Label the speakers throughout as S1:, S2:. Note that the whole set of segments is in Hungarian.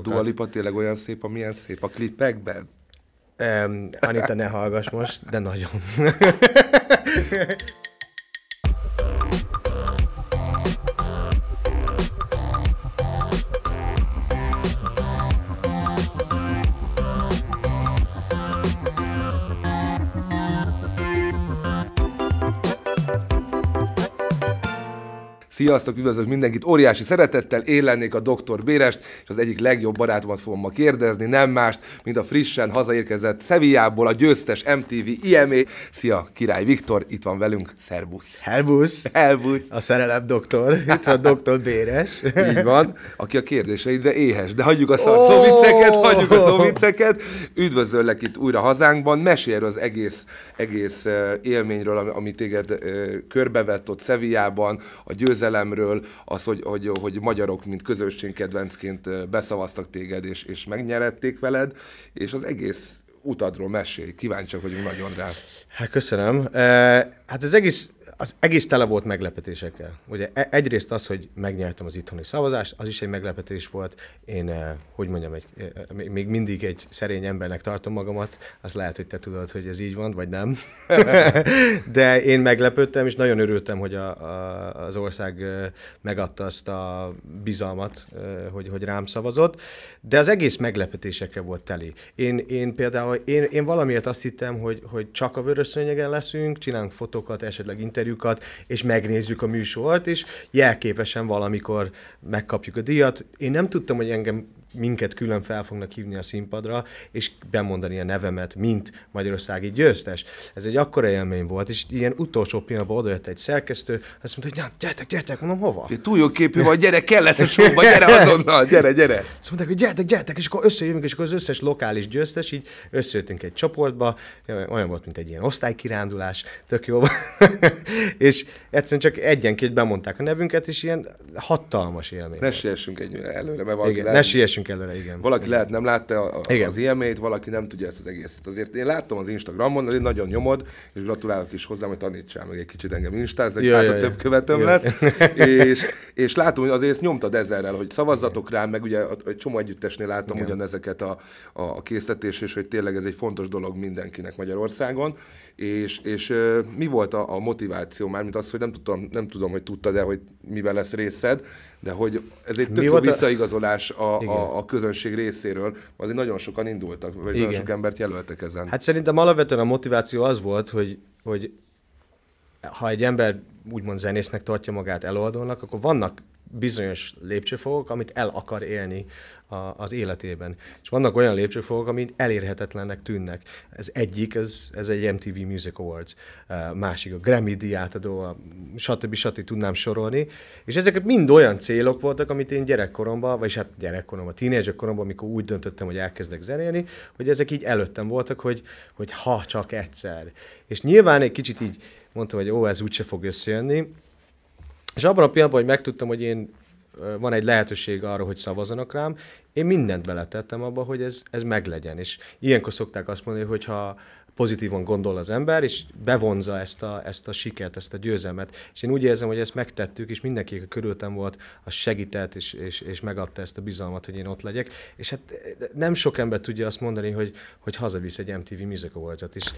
S1: Dua Lipa tényleg olyan szép, amilyen szép a klipekben?
S2: Anita, ne hallgass most, de nagyon.
S1: Sziasztok, üdvözlök mindenkit, óriási szeretettel, én lennék a Dr. Bérest, és az egyik legjobb barátomat fogom ma kérdezni, nem mást, mint a frissen hazaérkezett Sevillából a győztes MTV IMA. Szia, Király Viktor, itt van velünk, szervusz.
S2: Helbusz.
S1: Helbusz.
S2: A szerelem doktor, itt van Dr. Béres.
S1: Így van, aki a kérdéseidre éhes, de hagyjuk a szóvicceket, üdvözöllek itt újra hazánkban, mesélj erről az egész élményről, ami téged körbevett ott Sevillában, a győzelemről, az, hogy magyarok, mint közönségkedvencként beszavaztak téged, és megnyerették veled, és az egész utadról mesélj, kíváncsiak vagyunk nagyon rá.
S2: Hát köszönöm. Hát az egész tele volt meglepetésekkel. Ugye egyrészt az, hogy megnyertem az itthoni szavazást, az is egy meglepetés volt. Én, még mindig egy szerény embernek tartom magamat, az lehet, hogy te tudod, hogy ez így van, vagy nem. De én meglepődtem, és nagyon örültem, hogy az ország megadta azt a bizalmat, hogy rám szavazott. De az egész meglepetésekkel volt teli. Én például, én valamiért azt hittem, hogy csak a Vörösszőnyegen leszünk, csinálunk fotókat, esetleg interjúkat, és megnézzük a műsort, és jelképesen valamikor megkapjuk a díjat. Én nem tudtam, hogy minket külön fel fognak hívni a színpadra, és bemondani a nevemet, mint magyarországi győztes. Ez egy akkora élmény volt, és ilyen utolsó pillanatban odajött egy szerkesztő, azt mondta, hogy gyertek, mondom, hova?
S1: Túl jó képű vagy, gyere, kell lesz a showba, gyere azonnal, gyere.
S2: Azt mondták, hogy gyertek, és akkor összejövünk, és akkor az összes lokális győztes, így összejöttünk egy csoportba, olyan volt, mint egy ilyen osztálykirándulás, tök jó. És egyszerűen csak egyenként bemondták a nevünket, és ilyen hatalmas élmény.
S1: Ne siessünk előre, mert
S2: igen.
S1: Valaki lehet nem látta az IMA-t, valaki nem tudja ezt az egészet. Azért én láttam az Instagramon, azért nagyon nyomod, és gratulálok is hozzám, hogy tanítsál meg egy kicsit engem instázni, hogy több követőm lesz. és látom, hogy azért ezt nyomtad ezerrel, hogy szavazzatok rám, meg ugye egy csomó együttesnél láttam ugyanezeket a készletés, és hogy tényleg ez egy fontos dolog mindenkinek Magyarországon. És mi volt a motiváció már, mint az, hogy nem tudom, hogy tudtad-e, hogy miben lesz részed, de hogy ez egy tök jó visszaigazolás a közönség részéről, azért nagyon sokan indultak, vagy nagyon sok embert jelöltek ezen.
S2: Hát szerintem alapvetően a motiváció az volt, hogy ha egy ember úgymond zenésznek tartja magát, előadónak, akkor vannak bizonyos lépcsőfokok, amit el akar élni az életében. És vannak olyan lépcsőfokok, amit elérhetetlennek tűnnek. Ez egyik, ez egy MTV Music Awards, másik a Grammy díjátadó, stb. Tudnám sorolni. És ezeket mind olyan célok voltak, amit én gyerekkoromban, tínédzser koromban, amikor úgy döntöttem, hogy elkezdek zenélni, hogy ezek így előttem voltak, hogy ha csak egyszer. És nyilván egy kicsit így mondtam, hogy ez úgyse fog összejönni. És abban a pillanatban, hogy megtudtam, hogy van egy lehetőség arra, hogy szavazzanak rám, én mindent beletettem abba, hogy ez meglegyen. És ilyenkor szokták azt mondani, hogy ha pozitívan gondol az ember, és bevonza ezt a sikert, ezt a győzelmet. És én úgy érzem, hogy ezt megtettük, és mindenki, aki körülöttem volt, az segített, és megadta ezt a bizalmat, hogy én ott legyek. És hát nem sok ember tudja azt mondani, hogy hazavisz egy MTV Music Awards-ot. És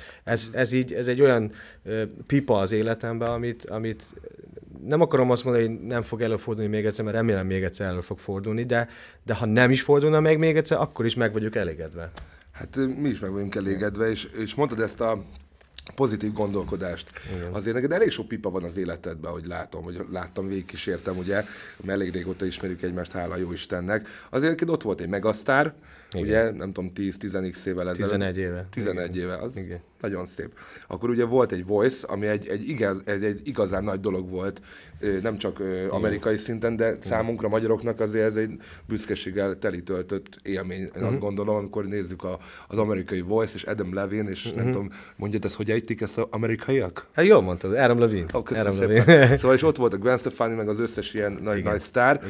S2: ez egy olyan pipa az életemben, amit nem akarom azt mondani, hogy nem fog előfordulni még egyszer, mert remélem még egyszer elő fog fordulni, de ha nem is fordulna meg még egyszer, akkor is meg vagyok elégedve.
S1: Hát mi is meg vagyunk elégedve, és mondtad ezt a pozitív gondolkodást. Igen. Azért neked elég sok pipa van az életedben, hogy láttam, végigkísértem, ugye, mert elég régóta ismerjük egymást, hála jó Istennek. azért ott volt egy megasztár, ugye, nem tudom, 10-10x évvel ezelőtt.
S2: 11 éve.
S1: 11 éve, az nagyon szép. Akkor ugye volt egy Voice, ami egy igazán nagy dolog volt, nem csak amerikai szinten, de számunkra, magyaroknak azért ez egy büszkeséggel teli töltött élmény. Én azt gondolom, amikor nézzük az amerikai Voice, és Adam Levine, és nem tudom, mondjad ezt, hogy ejtik ezt az amerikaiak?
S2: Hát jól mondtad, Adam Levine.
S1: Köszönöm szépen. Szóval és ott volt a Gwen Stefani, meg az összes ilyen nagy sztár,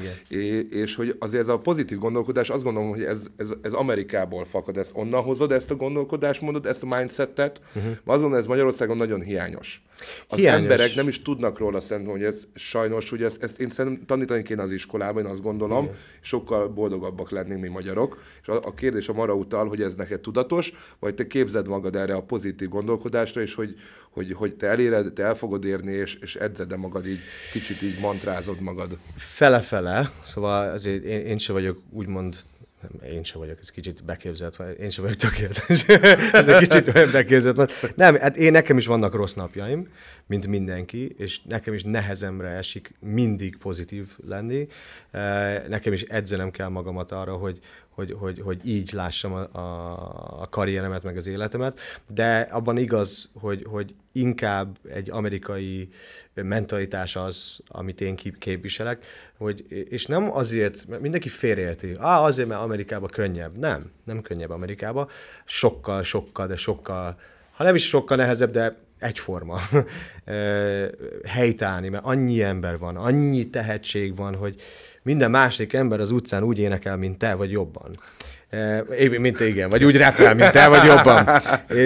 S1: és hogy azért ez a pozitív gondolkodás, azt gondolom, hogy ez Amerikából fakad, ezt onnan hozod, ezt a gondolkodásmódot, ezt a mindsetet, azt gondolom, ez Magyarországon nagyon hiányos. Az emberek nem is tudnak róla, szerintem, hogy ez sajnos ugye ezt én szerintem tanítani kéne az iskolában, én azt gondolom, igen. Sokkal boldogabbak lennénk mi magyarok. És a kérdés arra utal, hogy ez neked tudatos, vagy te képzed magad erre a pozitív gondolkodásra, és hogy te eléred, te el fogod érni, és edzed magad így, kicsit így mantrázod magad.
S2: Fele-fele, szóval azért én sem vagyok úgymond, nem, én sem vagyok, ez kicsit beképzelt, én sem vagyok tökéletes, ez egy kicsit olyan beképzelt. Nem, hát nekem is vannak rossz napjaim, mint mindenki, és nekem is nehezemre esik mindig pozitív lenni. Nekem is edzenem kell magamat arra, hogy így lássam a karrieremet, meg az életemet, de abban igaz, hogy inkább egy amerikai mentalitás az, amit én képviselek, és nem azért, mert mindenki félreérti, azért, mert Amerikában könnyebb. Nem könnyebb Amerikában, sokkal, ha nem is sokkal nehezebb, de egyforma helytállni, mert annyi ember van, annyi tehetség van, hogy minden másik ember az utcán úgy énekel, mint te, vagy jobban. Mint te, igen, vagy úgy rappel, mint te, vagy jobban.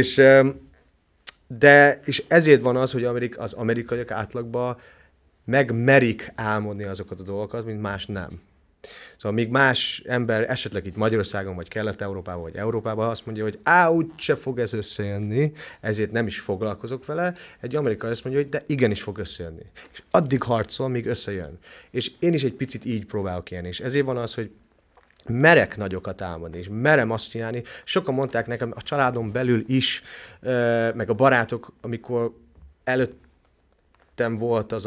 S2: És ezért van az, hogy az amerikaiak átlagban megmerik álmodni azokat a dolgokat, mint más nem. Szóval míg más ember esetleg itt Magyarországon, vagy Kelet-Európában, vagy Európában azt mondja, hogy úgyse fog ez összejönni, ezért nem is foglalkozok vele, egy amerikai azt mondja, hogy de igenis fog összejönni. És addig harcol, míg összejön. És én is egy picit így próbálok élni, és ezért van az, hogy merek nagyokat álmodni, és merem azt csinálni. Sokan mondták nekem a családon belül is, meg a barátok, amikor előttem volt az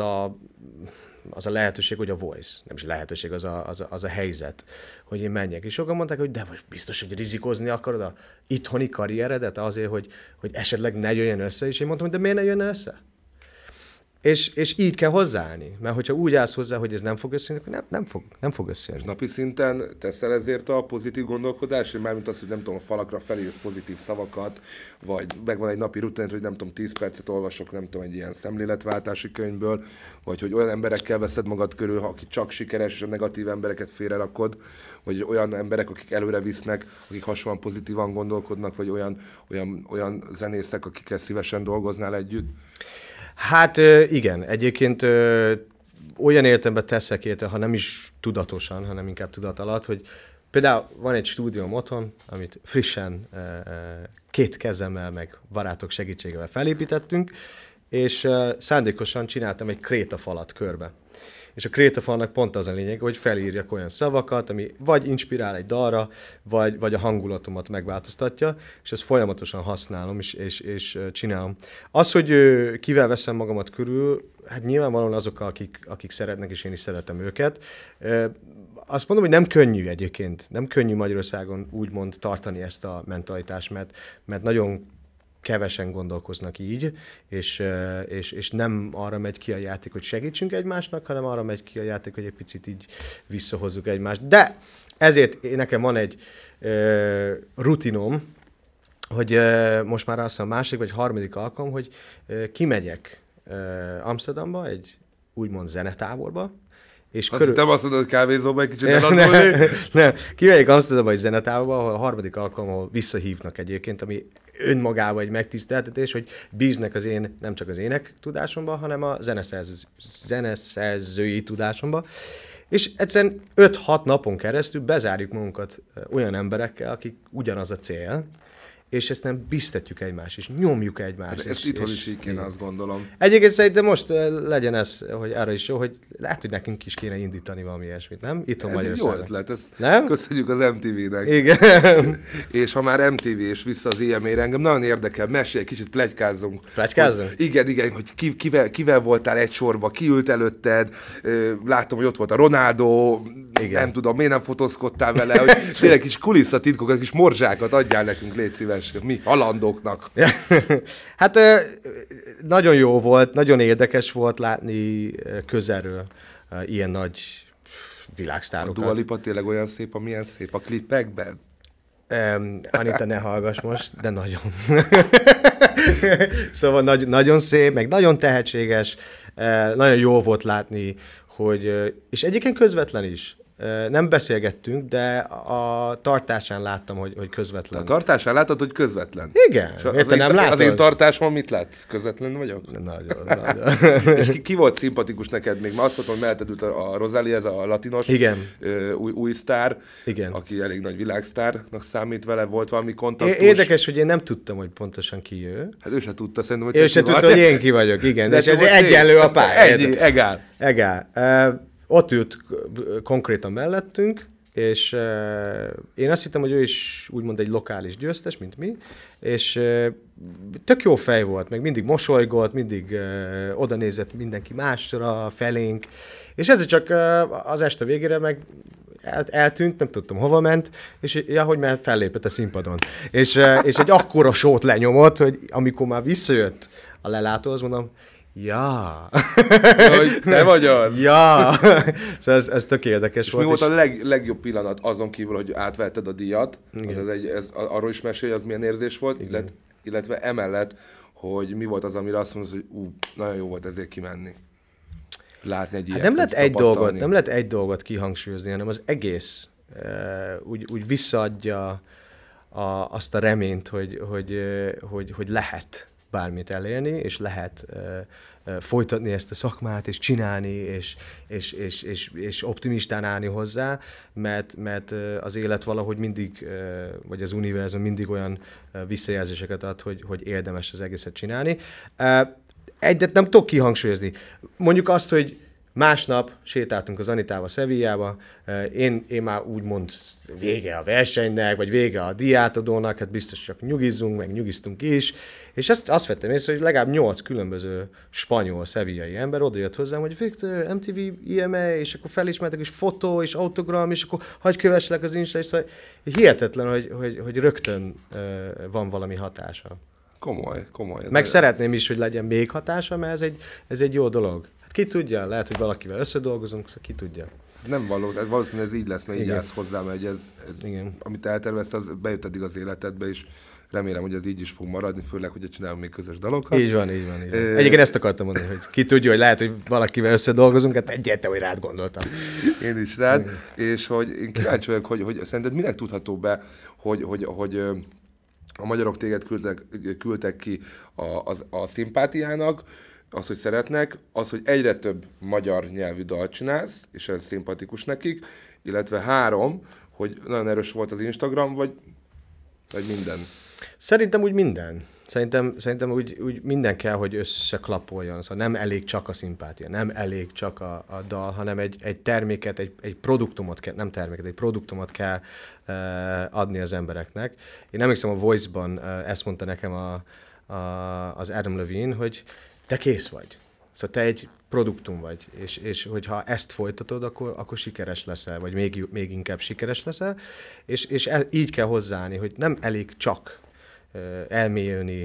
S2: a lehetőség, hogy a voice, nem is lehetőség, az a helyzet, hogy én menjek. És sokan mondták, hogy de most biztos, hogy rizikozni akarod a itthoni karrieredet azért, hogy esetleg ne jöjjön össze, és én mondtam, hogy de miért ne jönne össze? És így kell hozzáállni, mert hogyha úgy állsz hozzá, hogy ez nem fog összejönni, akkor nem fog összejönni.
S1: És napi szinten teszel ezért a pozitív gondolkodásra, mármint az, hogy nem tudom, a falakra felírsz pozitív szavakat, vagy megvan egy napi rutin, hogy nem tudom, 10 percet olvasok, nem tudom, egy ilyen szemléletváltási könyvből, vagy hogy olyan emberekkel veszed magad körül, aki csak sikeres, és a negatív embereket félrerakod, vagy olyan emberek, akik előre visznek, akik hasonlóan pozitívan gondolkodnak, vagy olyan zenészek, akikkel szívesen dolgoznál együtt.
S2: Hát igen, egyébként olyan értelemben teszek érte, ha nem is tudatosan, hanem inkább tudat alatt, hogy például van egy stúdióm otthon, amit frissen 2 kezemmel meg barátok segítségével felépítettünk, és szándékosan csináltam egy krétafalat körbe. És a krétafalnak pont az a lényeg, hogy felírjak olyan szavakat, ami vagy inspirál egy dalra, vagy a hangulatomat megváltoztatja, és ezt folyamatosan használom, és csinálom. Az, hogy kivel veszem magamat körül, hát nyilvánvalóan azokkal, akik szeretnek, és én is szeretem őket. Azt mondom, hogy nem könnyű egyébként, nem könnyű Magyarországon úgymond tartani ezt a mentalitást, mert nagyon kevesen gondolkoznak így, és nem arra megy ki a játék, hogy segítsünk egymásnak, hanem arra megy ki a játék, hogy egy picit így visszahozzuk egymást. De ezért nekem van egy rutinom, hogy most már azt hiszem a második vagy harmadik alkalom, hogy kimegyek Amsterdamba, egy úgymond zenetáborba, és
S1: azt hittem azt mondod, hogy kávézóba egy kicsit eladszolni.
S2: Nem, kimegyek Amsterdamba egy zenetáborba, ahol a harmadik alkalom, ahol visszahívnak egyébként, ami önmagában egy megtiszteltetés, hogy bíznek nem csak az ének tudásomba, hanem a zeneszerzői tudásomba. És egyszerűen 5-6 napon keresztül bezárjuk magunkat olyan emberekkel, akik ugyanaz a cél, és ezt nem biztatjuk egymást, és nyomjuk egymást.
S1: Ezt itthon is így kéne, azt gondolom.
S2: Egyébként szerintem most legyen ez, hogy arra is jó, hogy lehet, hogy nekünk is kéne indítani valami ilyesmit, nem? Itthon
S1: ez egy jó ötlet, ezt
S2: nem?
S1: Köszönjük az MTV-nek.
S2: Igen.
S1: És ha már MTV és vissza az IME-re, engem nagyon érdekel, mesélj, kicsit pletykázzunk.
S2: Pletykázzunk?
S1: Igen, hogy kivel voltál egy sorba, ki ült előtted, láttam, hogy ott volt a Ronaldo, igen. Nem tudom, miért nem fotózkodtál vele, hogy tényleg kis kulisszatitkokat, kis morzsákat adjál nekünk, légy szíves. Mi halandóknak.
S2: Hát nagyon jó volt, nagyon érdekes volt látni közelről ilyen nagy világsztárokat.
S1: A Dua Lipa tényleg olyan szép, amilyen szép a klipekben?
S2: Anita, ne hallgass most, de nagyon. Szóval nagyon szép, meg nagyon tehetséges, nagyon jó volt látni, hogy, és egyébként közvetlen is. Nem beszélgettünk, de a tartásán láttam, hogy közvetlen.
S1: A tartásán láttad, hogy közvetlen?
S2: Igen.
S1: Az én tartásom mit lát? Közvetlen vagyok?
S2: Nagyon.
S1: És ki volt szimpatikus neked még? Azt mondtam, hogy melletted ült a Rosalie, ez a latinos új sztár, igen. Aki elég nagy világsztárnak számít, vele volt valami kontaktus.
S2: Érdekes, hogy én nem tudtam, hogy pontosan ki ő.
S1: Hát ő se tudta, szerintem, hogy
S2: ő se tudta, hogy én ki vagyok, igen. És ez egyenlő a pálya. Egál. Ott ült konkrétan mellettünk, és én azt hittem, hogy ő is úgymond egy lokális győztes, mint mi, és tök jó fej volt, meg mindig mosolygott, mindig oda nézett mindenki másra, felénk, és ez csak az este végére meg eltűnt, nem tudtam hova ment, és hogy már fellépett a színpadon. És egy akkora sót lenyomott, hogy amikor már visszajött a lelátóhoz, mondom, ja.
S1: Hogy te vagy az?
S2: Ja. Szóval ez tök érdekes
S1: és
S2: volt.
S1: Mi volt a legjobb pillanat azon kívül, hogy átvetted a díjat? Arról is mesélj, az milyen érzés volt? Illetve emellett, hogy mi volt az, amire azt mondod, hogy nagyon jó volt ezért kimenni. Látni egy ilyet.
S2: Nem lehet egy dolgot kihangsúlyozni, hanem az egész úgy visszaadja azt a reményt, hogy lehet bármit elérni, és lehet folytatni ezt a szakmát, és csinálni, és optimistán állni hozzá, mert az élet valahogy mindig, vagy az univerzum mindig olyan visszajelzéseket ad, hogy érdemes az egészet csinálni. Egyet nem tudok kihangsúlyozni. Mondjuk azt, hogy másnap sétáltunk az Anitával Sevillába, én már úgymond vége a versenynek, vagy vége a díjátadónak, hát biztos csak nyugizzunk, meg nyugiztunk is, és azt vettem észre, hogy legalább 8 különböző spanyol, szevillai ember oda jött hozzám, hogy Viktor, MTV, IMA, és akkor felismertek, és fotó, és autogram, és akkor hagyj kövesselek az Insta, és szóval hihetetlen, hogy rögtön van valami hatása.
S1: Komoly.
S2: Meg szeretném is, hogy legyen még hatása, mert ez egy jó dolog. Hát ki tudja, lehet, hogy valakivel összedolgozunk, szóval ki tudja.
S1: Nem valószínűleg ez így lesz, mert így állsz hozzá, mert ez amit eltervezte, az bejött eddig az életedbe, és remélem, hogy ez így is fog maradni, főleg, hogy csinálunk még közös dalokat.
S2: Így van. Egyébként ezt akartam mondani, hogy ki tudja, hogy lehet, hogy valakivel összedolgozunk, hát egyáltalán, hogy rád gondoltam.
S1: Én is rád, és hogy én kíváncsi vagyok, hogy szerinted minek tudható be, hogy a magyarok téged küldtek ki a szimpátiának, az, hogy szeretnek, az, hogy egyre több magyar nyelvű dalt csinálsz, és ez szimpatikus nekik, illetve 3, hogy nagyon erős volt az Instagram, vagy minden?
S2: Szerintem úgy minden. Szerintem úgy minden kell, hogy összeklapoljon. Szóval nem elég csak a szimpátia, nem elég csak a dal, hanem egy terméket, egy produktumot kell, nem terméket, egy produktumot kell adni az embereknek. Én emlékszem, a Voice-ban ezt mondta nekem az Adam Levine, hogy te kész vagy. Szóval te egy produktum vagy, és hogyha ezt folytatod, akkor sikeres leszel, vagy még inkább sikeres leszel, és így kell hozzáállni, hogy nem elég csak elmélyülni,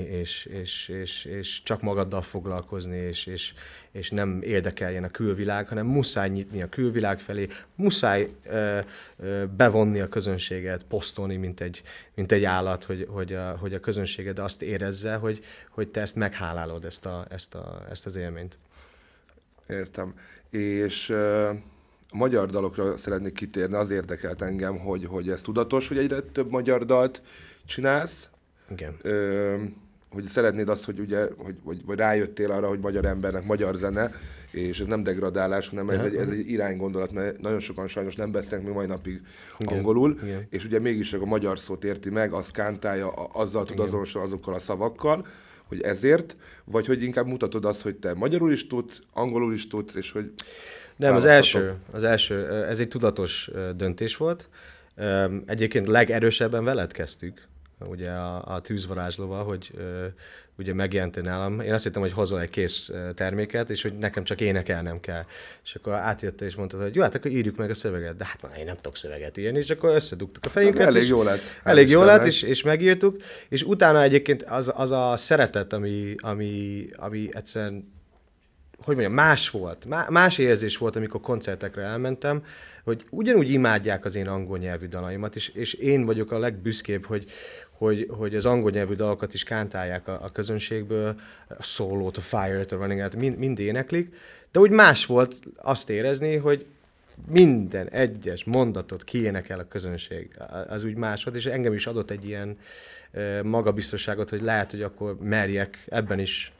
S2: és csak magaddal foglalkozni, és nem érdekeljen a külvilág, hanem muszáj nyitni a külvilág felé, muszáj bevonni a közönséget, posztolni, mint egy állat, hogy a közönséged azt érezze, hogy te ezt meghálálod, ezt az élményt.
S1: Értem. És a magyar dalokra szeretnék kitérni, az érdekelt engem, hogy ez tudatos, hogy egyre több magyar dalt csinálsz.
S2: Igen.
S1: Hogy szeretnéd azt, hogy ugye, vagy rájöttél arra, hogy magyar embernek magyar zene, és ez nem degradálás, hanem ez egy iránygondolat, mert nagyon sokan sajnos nem beszélnek még mai napig angolul, és ugye mégis a magyar szót érti meg, azt kántálja, azzal tud azonosulni azokkal a szavakkal, hogy ezért, vagy hogy inkább mutatod azt, hogy te magyarul is tudsz, angolul is tudsz, és hogy...
S2: Nem, az első, ez egy tudatos döntés volt. Egyébként legerősebben veled kezdtük, ugye a Tűzvarázslóval, hogy ugye megjelentél nálam. Én azt hittem, hogy hozol egy kész terméket, és hogy nekem csak énekelnem kell. És akkor átjöttél és mondtad, hogy jó, hát akkor írjuk meg a szöveget. De hát én nem tudok szöveget írni, és akkor összedugtuk a fejünket.
S1: Elég jó lett.
S2: Elég jó lett, és megírtuk. És utána egyébként az a szeretet, ami egyszerűen, hogy mondjam, más volt. Más érzés volt, amikor koncertekre elmentem, hogy ugyanúgy imádják az én angol nyelvű dalaimat, és én vagyok a legbüszkébb, hogy az angol nyelvű dalokat is kántálják a közönségből, a Solo-t, a Fire-t, a Running Out, mind éneklik, de úgy más volt azt érezni, hogy minden egyes mondatot kiénekel a közönség. Az úgy másod, és engem is adott egy ilyen magabiztosságot, hogy lehet, hogy akkor merjek ebben is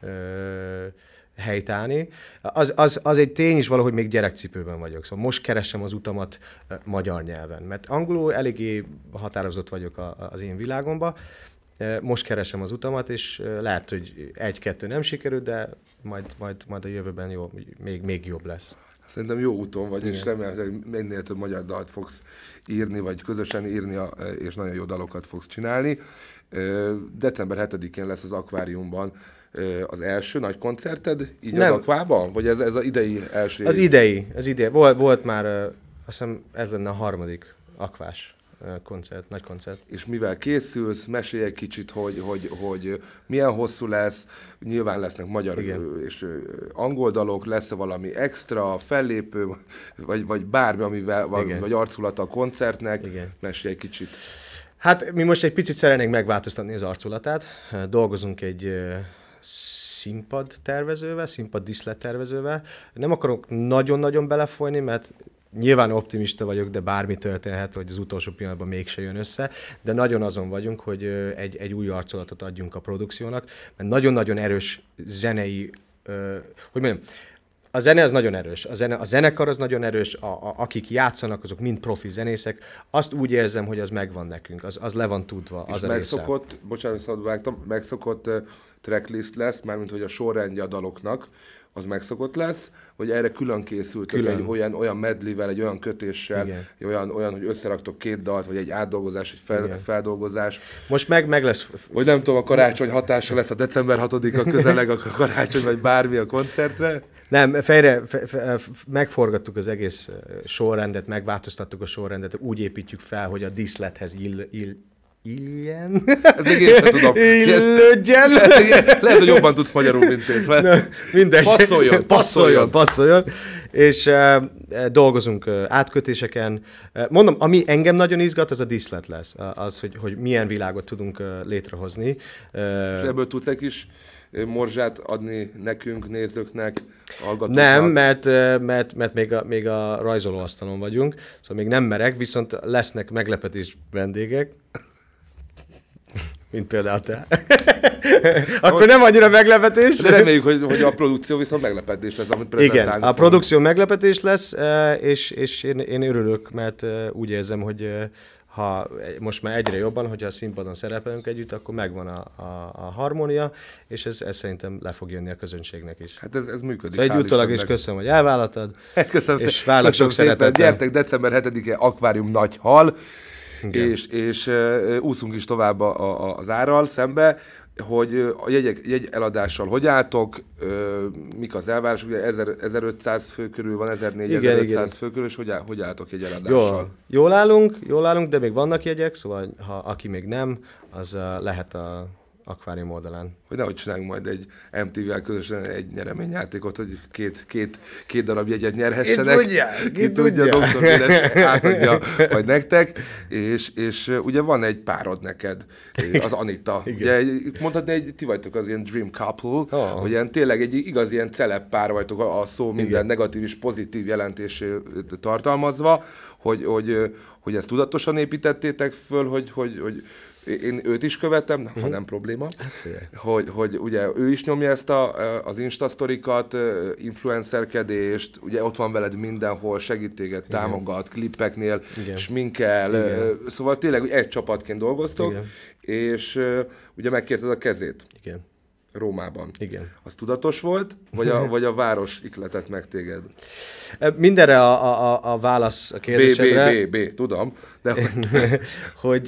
S2: helytállni. Az egy tény is valahogy még gyerekcipőben vagyok. Szóval most keresem az utamat magyar nyelven, mert angolul eléggé határozott vagyok az én világomban. Most keresem az utamat, és lehet, hogy 1-2 nem sikerült, de majd a jövőben jó, még jobb lesz.
S1: Szerintem jó úton vagy, igen. És remélem, hogy minél több magyar dalt fogsz írni, vagy közösen írni, és nagyon jó dalokat fogsz csinálni. December 7-én lesz az Akváriumban az első nagy koncerted, így nem. Az Akvában? Vagy ez az idei első?
S2: Az idei. Volt már, azt hiszem ez lenne a 3. akvás koncert, nagy koncert.
S1: És mivel készülsz, mesélj egy kicsit, hogy milyen hosszú lesz, nyilván lesznek magyar és angol dalok, lesz valami extra, fellépő, vagy bármi, amivel vagy arculata a koncertnek, mesélj egy kicsit.
S2: Hát mi most egy picit szeretnénk megváltoztatni az arculatát, dolgozunk egy színpad díszlettervezővel. Nem akarok nagyon-nagyon belefolyni, mert nyilván optimista vagyok, de bármi történhet, hogy az utolsó pillanatban mégse jön össze, de nagyon azon vagyunk, hogy egy új arculatot adjunk a produkciónak, mert nagyon-nagyon erős zenei, hogy mondjam, a zene az nagyon erős, a zenekar az nagyon erős, akik játszanak, azok mind profi zenészek, azt úgy érzem, hogy az megvan nekünk, az le van tudva.
S1: És megszokott tracklist lesz, mármint hogy a sorrendje a daloknak, az megszokott lesz, vagy erre külön készültök egy olyan medleyvel, egy olyan kötéssel, olyan, hogy összeraktok 2 dalt, vagy egy átdolgozás, egy feldolgozás.
S2: Most meg lesz.
S1: Vagy nem tudom, a karácsony hatása lesz a december 6-a közeleg a karácsony, vagy bármi a koncertre?
S2: Nem, megforgattuk az egész sorrendet, megváltoztattuk a sorrendet, úgy építjük fel, hogy a díszlethez illjen.
S1: Ezt még én sem tudom.
S2: Illődjen.
S1: Lehet, hogy jobban tudsz magyarul, mint én.
S2: Mindegy.
S1: Passzoljon.
S2: És dolgozunk átkötéseken. Mondom, ami engem nagyon izgat, az a díszlet lesz. Az, hogy milyen világot tudunk létrehozni.
S1: És ebből tudsz egy kis morzsát adni nekünk, nézőknek, hallgatóknak?
S2: Nem, mert még a rajzolóasztalon vagyunk, szóval még nem merek, viszont lesznek meglepetés vendégek, mint például te. Akkor nem annyira meglepetés.
S1: De reméljük, hogy a produkció viszont meglepetés lesz, amit prezentálni.
S2: Igen, a produkció meglepetés lesz, és én örülök, mert úgy érzem, hogy ha most már egyre jobban, hogyha a színpadon szerepelünk együtt, akkor megvan a harmónia, és ez szerintem le fog jönni a közönségnek is.
S1: Hát ez működik.
S2: Szóval egy utólag is köszönöm, hogy elvállaltad.
S1: Köszönöm
S2: és várlak sok szeretettel.
S1: Gyertek december 7-e Akvárium nagy hal, és úszunk is tovább az árral szembe, hogy a jegy eladással hogy álltok, mik az elvárások, ugye 1500 fő körül van, 1400-1500 fő körül, és hogy álltok jegy eladással?
S2: Jól állunk, de még vannak jegyek, szóval aki még nem, az lehet a Akvárium oldalán.
S1: Hogy nehogy csináljunk majd egy MTV-vel közösen egy nyereményjátékot, hogy két darab jegyet nyerhessenek.
S2: Ki tudja.
S1: Dr. Méles átadja majd nektek, és ugye van egy párod neked, az Anita. Ugye, mondhatni, ti vagytok az ilyen dream couple, hogy ilyen, tényleg egy igazi ilyen celeb pár vagytok, a szó minden negatív és pozitív jelentését tartalmazva, hogy ezt tudatosan építettétek föl, hogy én őt is követem, ha nem probléma, hogy ugye ő is nyomja ezt az Insta-sztorikat, influencerkedést, ugye ott van veled mindenhol, segít téged, támogat, klippeknél, sminkel, szóval tényleg egy csapatként dolgoztok, és ugye megkérted a kezét. Rómában.
S2: Igen.
S1: Az tudatos volt, vagy a város ikletett meg téged?
S2: Mindenre a válasz a kérdésedre.
S1: Tudom. De
S2: hogy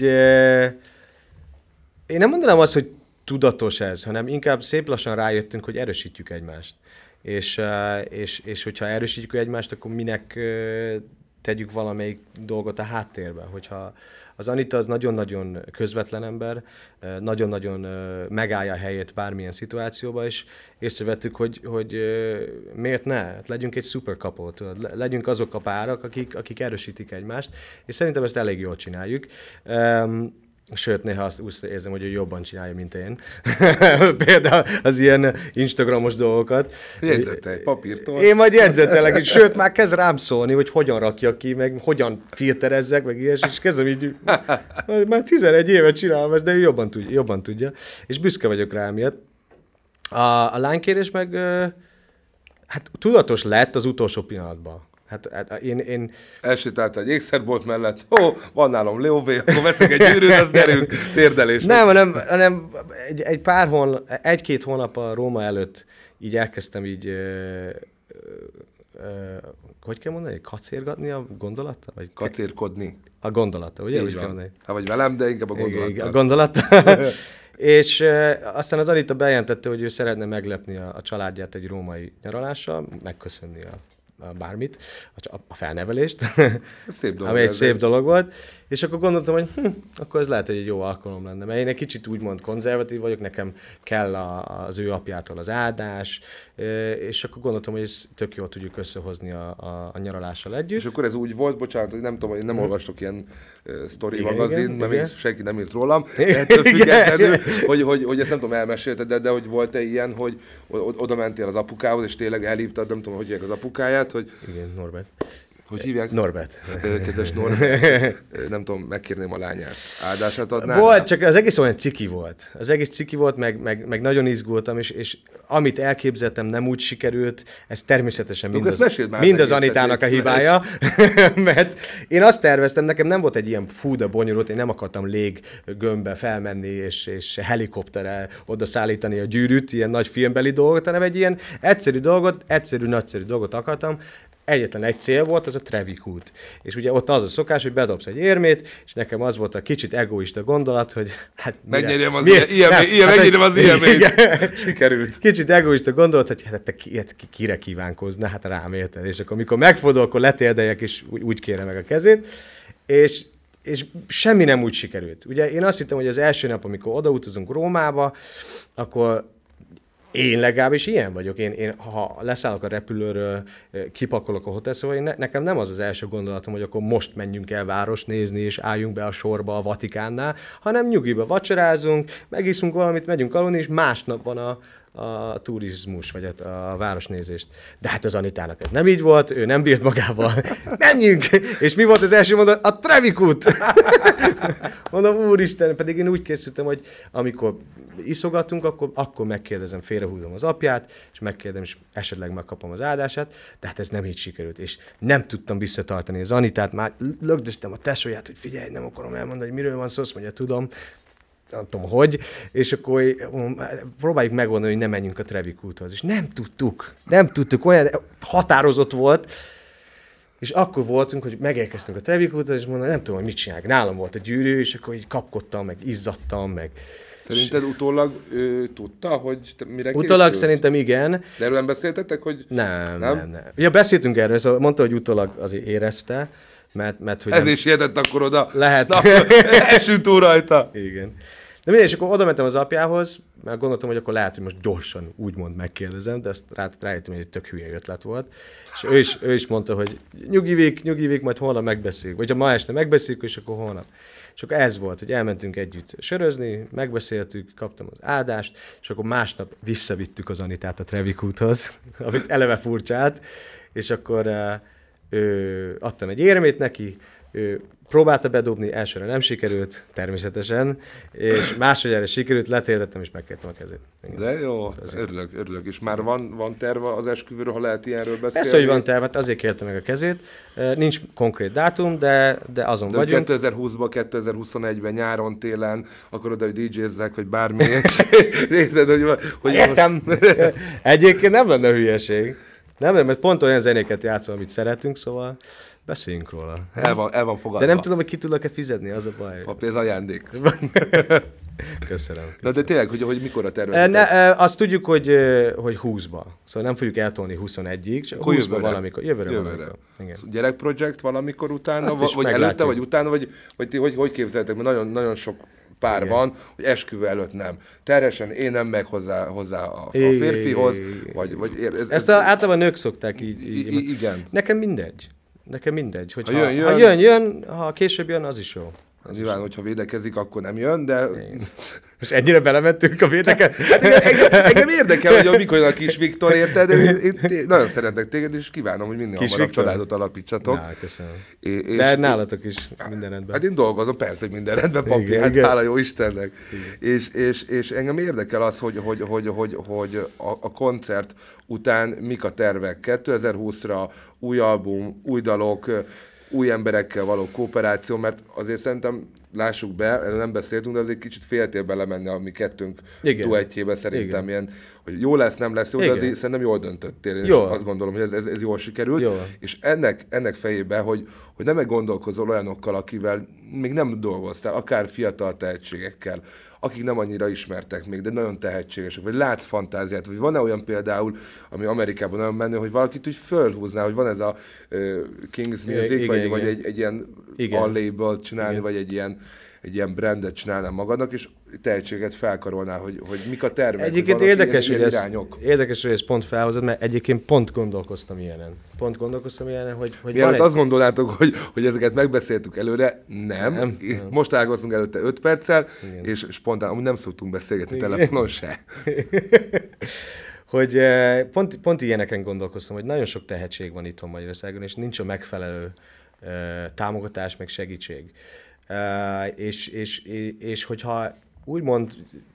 S2: én nem mondanám azt, hogy tudatos ez, hanem inkább szép lassan rájöttünk, hogy erősítjük egymást. És hogyha erősítjük egymást, akkor minek tegyük valamelyik dolgot a háttérbe. Hogyha az Anita az nagyon-nagyon közvetlen ember, nagyon-nagyon megállja a helyét bármilyen szituációban, és észrevettük, hogy miért ne? Hát legyünk egy super couple, legyünk azok a párak, akik erősítik egymást, és szerintem ezt elég jól csináljuk. Sőt, néha azt úgy érzem, hogy ő jobban csinálja, mint én. Például az ilyen Instagramos dolgokat.
S1: Jegyzetelj papírtól.
S2: Én majd jegyzetelek, sőt, már kezd rám szólni, hogy hogyan rakjak ki, meg hogyan filterezzek, meg ilyesmi, és kezdem így, már 11 évet csinálom ezt, de ő jobban tudja. És büszke vagyok rá miatt. A lánykérés meg hát tudatos lett az utolsó pillanatban. Hát én...
S1: Elsétálta egy ékszerbolt mellett, van nálam Leové, akkor veszek egy gyűrűt, az gyerünk, térdelés.
S2: Nem, hanem egy-két hónap a Róma előtt így elkezdtem így, hogy kell mondani, kacérgatni a gondolattal? Vagy
S1: kacérkodni.
S2: A gondolattal, ugye?
S1: Úgy kell mondani. Hát vagy velem, de inkább a gondolattal.
S2: Igen, a gondolattal. És aztán az Anita bejelentette, hogy ő szeretne meglepni a családját egy római nyaralással, megköszönni bármit, a felnevelést,
S1: szép dolog,
S2: ami egy szép dolog volt, és akkor gondoltam, hogy akkor ez lehet, hogy egy jó alkalom lenne, mert én egy kicsit úgymond konzervatív vagyok, nekem kell az ő apjától az áldás, és akkor gondoltam, hogy ezt tök jól tudjuk összehozni a nyaralással együtt.
S1: És akkor ez úgy volt, bocsánat, hogy nem tudom, én nem olvastok ilyen sztori magazin, mert még senki nem írt rólam, ettől függetlenül, hogy ezt nem tudom, elmesélted, de hogy volt-e ilyen, hogy oda mentél az apukához, és tényleg elhívtad, nem tudom, hogy hívják az apukáját, hogy...
S2: Igen, Norbert.
S1: Hogy hívják?
S2: Norbert.
S1: Kedves Norbert, nem tudom, megkérném a lányát. Áldását adnál?
S2: Volt, csak az egész olyan ciki volt. Az egész ciki volt, meg nagyon izgultam, és amit elképzeltem, nem úgy sikerült, ez természetesen mind az Anitának a hibája, mert én azt terveztem, nekem nem volt egy ilyen de bonyolult, én nem akartam léggömbbe felmenni, és helikopterrel oda szállítani a gyűrűt, ilyen nagy filmbeli dolgot, hanem egy ilyen egyszerű nagyszerű dolgot akartam. Egyetlen egy cél volt, az a Trevik út. És ugye ott az a szokás, hogy bedobsz egy érmét, és nekem az volt a kicsit egoista gondolat, hogy hát...
S1: Megnyerjem az ilyenét. Sikerült.
S2: Kicsit egoista gondolat, hogy hát te kire kívánkozna, hát rám érted. És akkor amikor megfordul, akkor letérdeljek, és úgy kérem meg a kezét. És semmi nem úgy sikerült. Ugye én azt hittem, hogy az első nap, amikor odautazunk Rómába, akkor én legalábbis ilyen vagyok. Én ha leszállok a repülőről, kipakolok a hotelszobába, nekem nem az első gondolatom, hogy akkor most menjünk el város nézni, és álljunk be a sorba a Vatikánnál, hanem nyugiba vacsorázunk, megiszunk valamit, megyünk aludni, és másnap van a turizmus, vagy a városnézést. De hát az Anitának ez nem így volt, ő nem bírt magával. Menjünk! És mi volt az első mondat? A Trevik út! Mondom, úristen, pedig én úgy készültem, hogy amikor iszogatunk, akkor megkérdezem, félrehúzom az apját, és megkérdezem, és esetleg megkapom az áldását, de hát ez nem így sikerült, és nem tudtam visszatartani az Anitát, már lögdöstem a tesóját, hogy figyelj, nem akarom elmondani, hogy miről van szó, azt mondja, tudom, nem tudom, hogy, és akkor próbáljuk megoldani, hogy ne menjünk a Trevik úthoz. És nem tudtuk, olyan határozott volt, és akkor voltunk, hogy megérkeztünk a Trevik úthoz, és mondom, nem tudom, hogy mit csinálják. Nálam volt a gyűrű, és akkor így kapkodtam, meg izzadtam, meg...
S1: Szerinted utólag tudta, hogy mire készült?
S2: Utólag szerintem igen.
S1: De erről nem beszéltetek, hogy...
S2: Nem. Ja, beszéltünk erről, szóval mondta, hogy utólag azért érezte, mert hogy...
S1: Ez is jöhetett akkor oda.
S2: Lehet.
S1: Na, esünk túl rajta.
S2: Igen. De mindegy, és akkor oda mentem az apjához, mert gondoltam, hogy akkor lehet, hogy most gyorsan úgymond megkérdezem, de ezt rájöttem, hogy egy tök hülye ötlet volt. És ő is mondta, hogy nyugi, majd holnap megbeszéljük. Vagy ha ma este megbeszéljük, és akkor holnap. És akkor ez volt, hogy elmentünk együtt sörözni, megbeszéltük, kaptam az áldást, és akkor másnap visszavittük az Anitát a Trevik úthoz, amit eleve furcsált, és akkor adtam egy érmét neki, ő próbálta bedobni, elsőre nem sikerült, természetesen, és másodjára sikerült, letérdettem, és megkértem a kezét.
S1: Igen. De jó, örülök. És már van terve az esküvőről, ha lehet ilyenről beszélni?
S2: Persze, hogy van terve, azért kértem meg a kezét. Nincs konkrét dátum, de azon
S1: de
S2: vagyunk.
S1: 2020-ban, 2021-ben, nyáron, télen, akkor oda, hogy DJ-zzek, vagy bármi. Érted, hogy
S2: értem! Egyébként nem lenne hülyeség. Nem, mert pont olyan zenéket játszom, amit szeretünk, szóval beszéljünk róla.
S1: El van fogadva.
S2: De nem tudom, hogy ki tudnak-e fizetni, az a baj.
S1: Papír az ajándék.
S2: Köszönöm.
S1: Na de tényleg, hogy mikor a tervezet?
S2: Azt tudjuk, hogy 20-ba. Szóval nem fogjuk eltolni 21-ig, csak 20-ba valamikor. Jövőre. Igen.
S1: Gyerekprojekt valamikor utána, vagy előtte, vagy utána, vagy hogy képzeltek? Mert nagyon, nagyon sok pár van, hogy esküvő előtt nem. Terhesen én nem meg hozzá a férfihoz, vagy
S2: ezt általában nők szokták így.
S1: Igen.
S2: Nekem mindegy. Hogyha ha jön, ha később jön, az is jó.
S1: Nyilván, hogyha védekezik, akkor nem jön, de...
S2: Most ennyire belementünk a védeket?
S1: Hát engem érdekel, hogy mikor jön a kis Viktor, érted? Én nagyon szeretek téged, és kívánom, hogy minél hamarabb családot alapítsatok.
S2: Na, köszönöm. De nálatok is minden rendben.
S1: Hát én dolgozom, persze, hogy minden rendben, papi, hát hála jó Istennek. És engem érdekel az, hogy a koncert után mik a tervek. 2020-ra új album, új dalok, új emberekkel való kooperáció, mert azért szerintem, lássuk be, erről nem beszéltünk, de azért kicsit féltél belemenni a mi kettőnk duettjébe szerintem ilyen, hogy jó lesz, nem lesz jó, de azért szerintem jól döntöttél. Én azt gondolom, hogy ez jól sikerült. Jó. És ennek fejében, hogy nem meggondolkozol olyanokkal, akivel még nem dolgoztál, akár fiatal tehetségekkel, akik nem annyira ismertek még, de nagyon tehetségesek, vagy látsz fantáziát, vagy van-e olyan például, ami Amerikában nagyon menő, hogy valakit úgy fölhúzná, hogy van ez a King's Music, vagy egy ilyen all-label csinálni, vagy egy ilyen brandet csinálnál magadnak, és tehetséget felkarolnál, hogy mik a tervek,
S2: egyébként érdekes, hogy ezt pont felhozod, mert egyébként pont gondolkoztam ilyenen. Hogy
S1: mielőtt azt gondolnátok, hogy ezeket megbeszéltük előre, nem. Most találkoztunk előtte 5 perccel, és spontán, amúgy nem szoktunk beszélgetni telefonon se.
S2: Hogy pont ilyeneken gondolkoztam, hogy nagyon sok tehetség van itthon Magyarországon, és nincs a megfelelő támogatás, meg segítség. És hogyha úgymond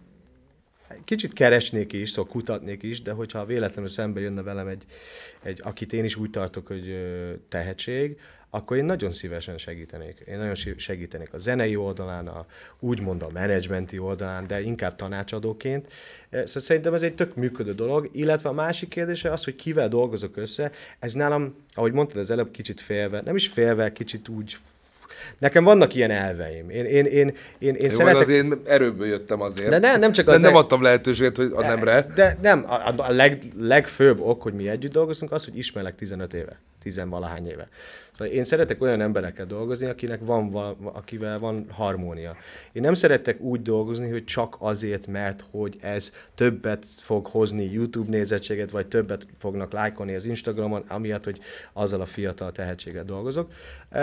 S2: kicsit keresnék is, szóval kutatnék is, de hogyha véletlenül szembe jönne velem egy akit én is úgy tartok, hogy tehetség, akkor én nagyon szívesen segítenék. Én nagyon segítenék a zenei oldalán, úgymond a menedzsmenti oldalán, de inkább tanácsadóként. Szóval szerintem ez egy tök működő dolog, illetve a másik kérdése az, hogy kivel dolgozok össze. Ez nálam, ahogy mondtad az előbb, kicsit félve, nem is félve, kicsit úgy. Nekem vannak ilyen elveim. Én szeretek...
S1: Az én erőből jöttem azért.
S2: De nem csak az...
S1: De nem adtam lehetőséget, hogy a nemre.
S2: De nem, a legfőbb ok, hogy mi együtt dolgozunk, az, hogy ismerlek 15 éve. 10-valahány éve. Szóval én szeretek olyan emberekkel dolgozni, akivel van harmónia. Én nem szeretek úgy dolgozni, hogy csak azért, mert hogy ez többet fog hozni YouTube nézettséget, vagy többet fognak lájkolni az Instagramon, amiatt, hogy azzal a fiatal tehetséggel dolgozok.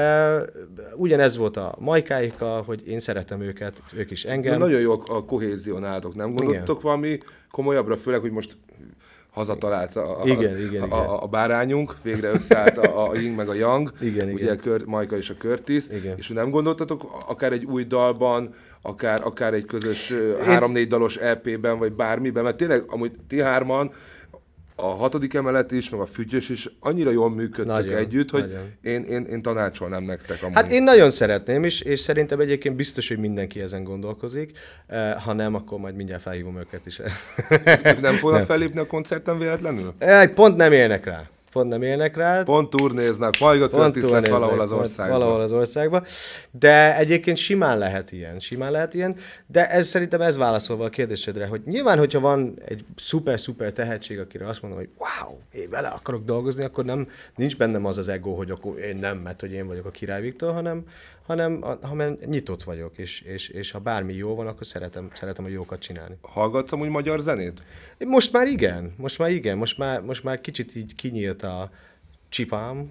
S2: Ugyanez volt a Majkáikkal, hogy én szeretem őket, ők is engem.
S1: De nagyon jó a kohézió nálatok, nem gondoltok valami komolyabbra, főleg, hogy most hazatalált a bárányunk, végre összeállt a Ying meg a Yang, ugye Majka és a Curtis, és nem gondoltatok akár egy új dalban, akár egy közös 3-4 dalos EP-ben, vagy bármiben, mert tényleg amúgy ti hárman, a 6. emelet is, meg a Füttyös is annyira jól működtek együtt, hogy én tanácsolnám nektek amúgy.
S2: Hát én nagyon szeretném is, és szerintem egyébként biztos, hogy mindenki ezen gondolkozik, ha nem, akkor majd mindjárt felhívom őket is.
S1: Nem fognak fellépni a koncerten véletlenül?
S2: Pont nem élnek rá.
S1: Pont turnéznak, majd a Curtis lesz valahol az országban.
S2: De egyébként simán lehet ilyen. De szerintem ez válaszolva a kérdésedre, hogy nyilván, hogyha van egy szuper tehetség, akire azt mondom, hogy wow, én vele akarok dolgozni, akkor nincs bennem az ego, hogy akkor én nem, mert hogy én vagyok a Király Viktor, hanem nyitott vagyok, és ha bármi jó van, akkor szeretem a jókat csinálni.
S1: Hallgattam úgy magyar zenét?
S2: Most már igen. Most már kicsit így kinyílt a csipám,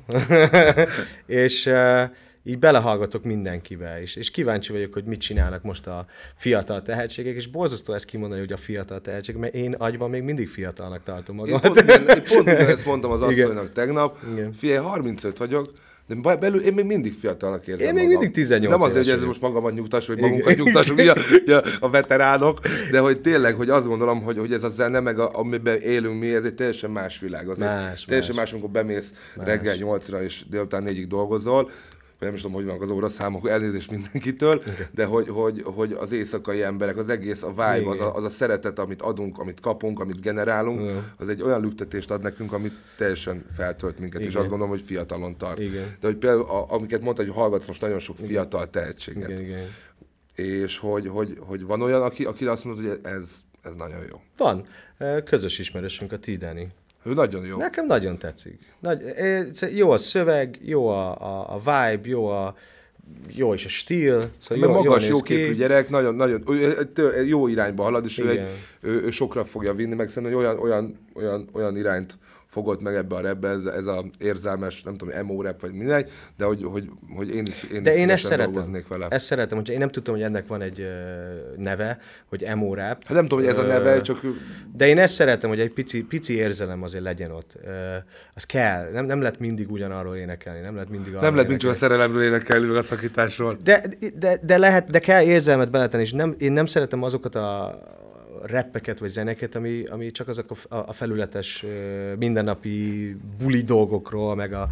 S2: és így belehallgatok mindenkibe is, és kíváncsi vagyok, hogy mit csinálnak most a fiatal tehetségek, és borzasztó ezt kimondani, hogy a fiatal tehetségek, mert én agyban még mindig fiatalnak tartom magam.
S1: Én pont ezt mondtam az asszonynak tegnap, figyelj, 35 vagyok, de belül én még mindig fiatalnak érzem magam.
S2: Én még mindig 18
S1: nem azért, hogy ez most magamat nyugtassuk, vagy magunkat nyugtassuk, a veteránok, de hogy tényleg, hogy azt gondolom, hogy ez a zene, meg amiben élünk mi, ez egy teljesen más világ. Teljesen más, amikor bemész reggel 8-ra, és délután 4-ig dolgozol, nem is tudom, hogy vannak az óraszámok, elnézést mindenkitől, de hogy az éjszakai emberek, az egész, a vibe, az a szeretet, amit adunk, amit kapunk, amit generálunk, az egy olyan lüktetést ad nekünk, amit teljesen feltölt minket, és azt gondolom, hogy fiatalon tart. De hogy például, amiket mondtad, hogy hallgatsz most nagyon sok fiatal tehetséget. És hogy van olyan, aki azt mondod, hogy ez nagyon jó.
S2: Van. Közös ismerősünk a T-Dani.
S1: Ő nagyon jó.
S2: Nekem nagyon tetszik. Jó a szöveg, jó a vibe, jó is a stíl.
S1: Szóval magas, jóképű gyerek, nagyon jó irányba halad, és ő sokra fogja vinni, meg szerintem, hogy olyan irányt fogott meg ebbe a rapbe, ez a érzelmes, nem tudom, emo rap vagy mindegy, de hogy én is
S2: ezt szeretem. Vele. Ezt szeretem, hogyha én nem tudtam, hogy ennek van egy neve, hogy emo rap.
S1: Hát nem tudom, hogy ez a neve, csak...
S2: De én ezt szeretem, hogy egy pici érzelem azért legyen ott. Az kell. Nem lehet mindig ugyanarról énekelni. Nem lehet mindig
S1: nem lehet csak a szerelemről énekelni, meg a szakításról.
S2: De lehet, de kell érzelmet beletenni, és én nem szeretem azokat a rappeket vagy zeneket, ami csak azok a felületes mindennapi buli dolgokról,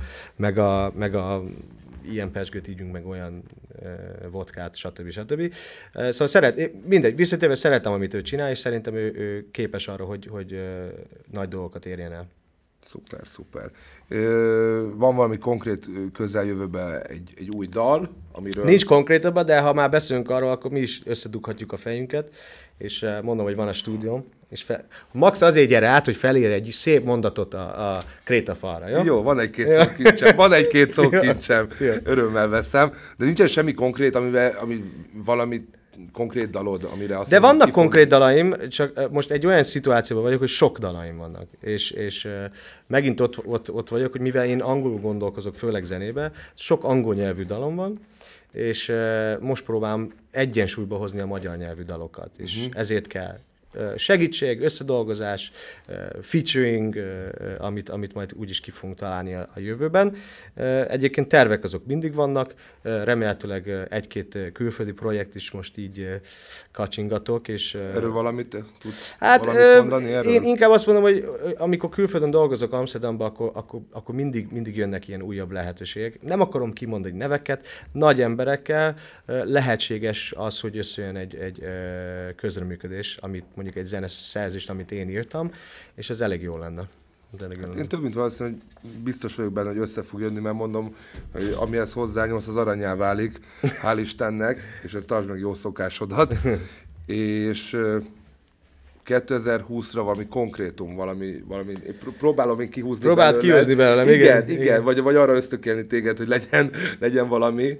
S2: meg a ilyen pezsgőt ígyünk, meg olyan vodkát, stb. Szóval mindegy, visszatérve szeretem, amit ő csinál, és szerintem ő képes arra, hogy nagy dolgokat érjen el.
S1: Szuper. Van valami konkrét közeljövőben egy új dal, amiről...
S2: Nincs konkrétabban, de ha már beszélünk arról, akkor mi is összedughatjuk a fejünket, és mondom, hogy van a stúdióm, és max azért gyere át, hogy felér egy szép mondatot a krétafalra, jó?
S1: Jó, van egy-két szó kincsem, örömmel veszem, de nincsen semmi konkrét, ami valami konkrét dalod, amire azt...
S2: De vannak konkrét dalaim, csak most egy olyan szituációban vagyok, hogy sok dalaim vannak. És megint ott vagyok, hogy mivel én angolul gondolkozok, főleg zenébe, sok angol nyelvű dalom van, és most próbálom egyensúlyba hozni a magyar nyelvű dalokat, és ezért kell segítség, összedolgozás, featuring, amit majd úgyis ki fogunk találni a jövőben. Egyébként tervek azok mindig vannak, remélhetőleg egy-két külföldi projekt is most így kacsingatok. És,
S1: erről valamit tudsz
S2: mondani? Én inkább azt mondom, hogy amikor külföldön dolgozok Amsterdamban, akkor mindig jönnek ilyen újabb lehetőségek. Nem akarom kimondani neveket, nagy emberekkel lehetséges az, hogy összejön egy közreműködés, amit mondjuk egy zeneszerzést, amit én írtam, és ez elég jó lenne.
S1: Én több mint valószínű, hogy biztos vagyok benne, hogy össze fog jönni, mert mondom, hogy amihez hozzányolsz, az aranyá válik, hál' Istennek, és ezt tartsd meg jó szokásodat. És 2020-ra valami konkrétum, valami próbálom én kihúzni belőle.
S2: Próbáld kihozni belőlem,
S1: igen. Vagy arra ösztökélni téged, hogy legyen valami.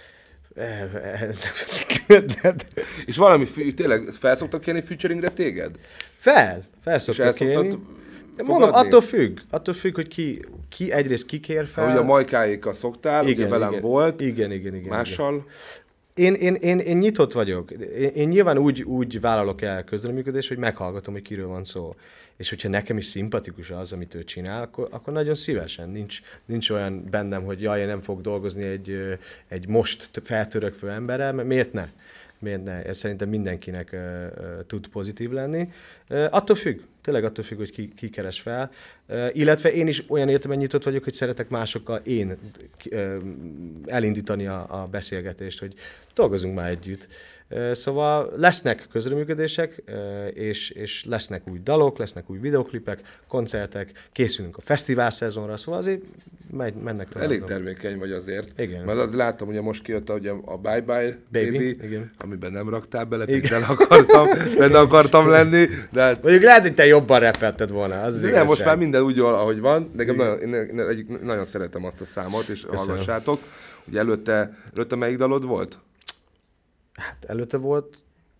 S1: És valami, tényleg fel szoktak kérni featuringre téged?
S2: Fel szoktak kérni. Mondom, attól függ, hogy ki egyrészt kikér fel.
S1: Ugye a Majkáékkal szoktál, ugye velem volt.
S2: Igen.
S1: Mással?
S2: Én nyitott vagyok. Én nyilván úgy vállalok el közreműködést, hogy meghallgatom, hogy kiről van szó. És hogyha nekem is szimpatikus az, amit ő csinál, akkor nagyon szívesen. Nincs olyan bennem, hogy jaj, én nem fog dolgozni egy most feltörekvő emberrel, mert miért ne? Ez szerintem mindenkinek tud pozitív lenni. Tényleg attól függ, hogy ki keres fel. Illetve én is olyan értelemben nyitott vagyok, hogy szeretek másokkal elindítani a beszélgetést, hogy dolgozunk már együtt. Szóval lesznek közreműködések, és lesznek új dalok, lesznek új videoklipek, koncertek, készülünk a fesztivál szezonra, szóval azért mennek tovább.
S1: Elég termékeny vagy azért.
S2: Igen.
S1: Mert azt láttam, hogy most kijött a Bye Bye Baby, amiben nem raktál bele, benne akartam lenni. De hát...
S2: Mondjuk lehet, hogy te jobban rappelted volna. Az
S1: nem, most már minden úgy, ahogy van. Nekem nagyon szeretem azt a számot, és hallgassátok. Ugye előtte melyik dalod volt?
S2: Hát előtte volt...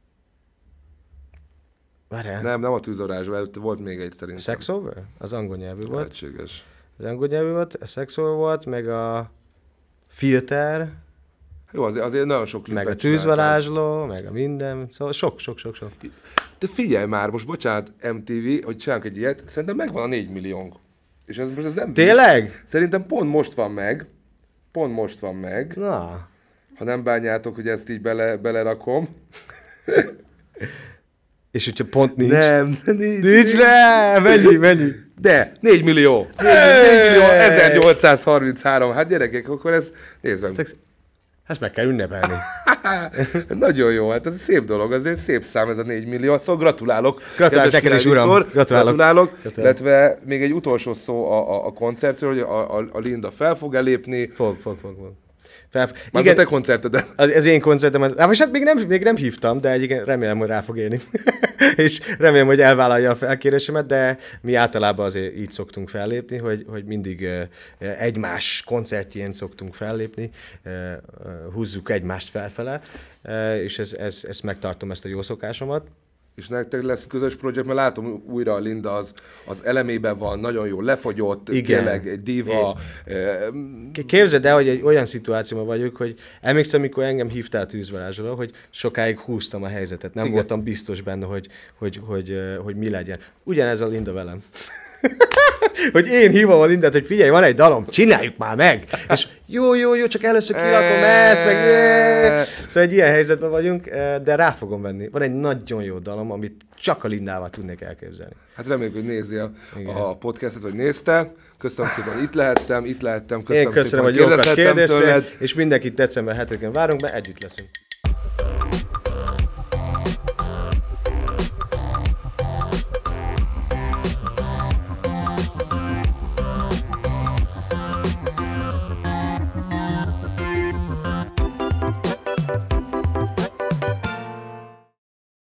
S2: Várjál.
S1: Nem a tűzorásban, előtte volt még egy szerintem.
S2: Sex Over? Az angol nyelvű volt.
S1: Lehetséges.
S2: Az angol nyelvű volt, a Sex Over volt, meg a Filter.
S1: Jó, azért nagyon sok klipet
S2: meg a tűzvarázsló, meg a minden. Szóval sok.
S1: De figyelj már, most bocsánat, MTV, hogy csinálunk egy ilyet, szerintem megvan a 4 milliónk. És ez most nem...
S2: Tényleg?
S1: Szerintem pont most van meg.
S2: Na...
S1: Ha nem bánjátok, hogy ezt így belerakom.
S2: És hogyha pont nincs?
S1: Nem,
S2: nincs. Mennyi?
S1: De, 4 millió. 4 millió 1833. Hát gyerekek, akkor ez, nézd meg.
S2: Ezt meg kell ünnepelni.
S1: Nagyon jó, hát ez egy szép dolog, ez egy szép szám ez a 4 millió. Szóval gratulálok.
S2: Gratulálok neked is, uram.
S1: Gratulálok. Illetve még egy utolsó szó a koncertről, hogy a Linda fel fog elépni.
S2: Fog.
S1: Már a te koncerteden.
S2: Az én koncertemen. Most hát még nem hívtam, de egyébként remélem, hogy rá fog érni. És remélem, hogy elvállalja a felkérésemet, de mi általában azért így szoktunk fellépni, hogy mindig egymás koncertjén szoktunk fellépni, húzzuk egymást felfele, és ezt megtartom, ezt a jó szokásomat.
S1: És nektek lesz közös projekt, mert látom újra a Linda az elemében van, nagyon jó lefogyott, tényleg egy diva.
S2: Képzeld el, hogy egy olyan szituációban vagyok, hogy emlékszem, amikor engem hívtál tűzvarázsoló, hogy sokáig húztam a helyzetet. Nem voltam biztos benne, hogy mi legyen. Ugyanez a Linda velem. Hogy én hívom a Lindát, hogy figyelj, van egy dalom, csináljuk már meg! És jó, csak először kirakom ezt, meg... Szóval egy ilyen helyzetben vagyunk, de rá fogom venni. Van egy nagyon jó dalom, amit csak a Lindával tudnék elképzelni.
S1: Hát reméljük, hogy nézi a podcastet, vagy nézte. Köszönöm szépen, itt lehettem.
S2: Én köszönöm, hogy jókat kérdeztél, és mindenkit december 7-én várunk, mert együtt leszünk.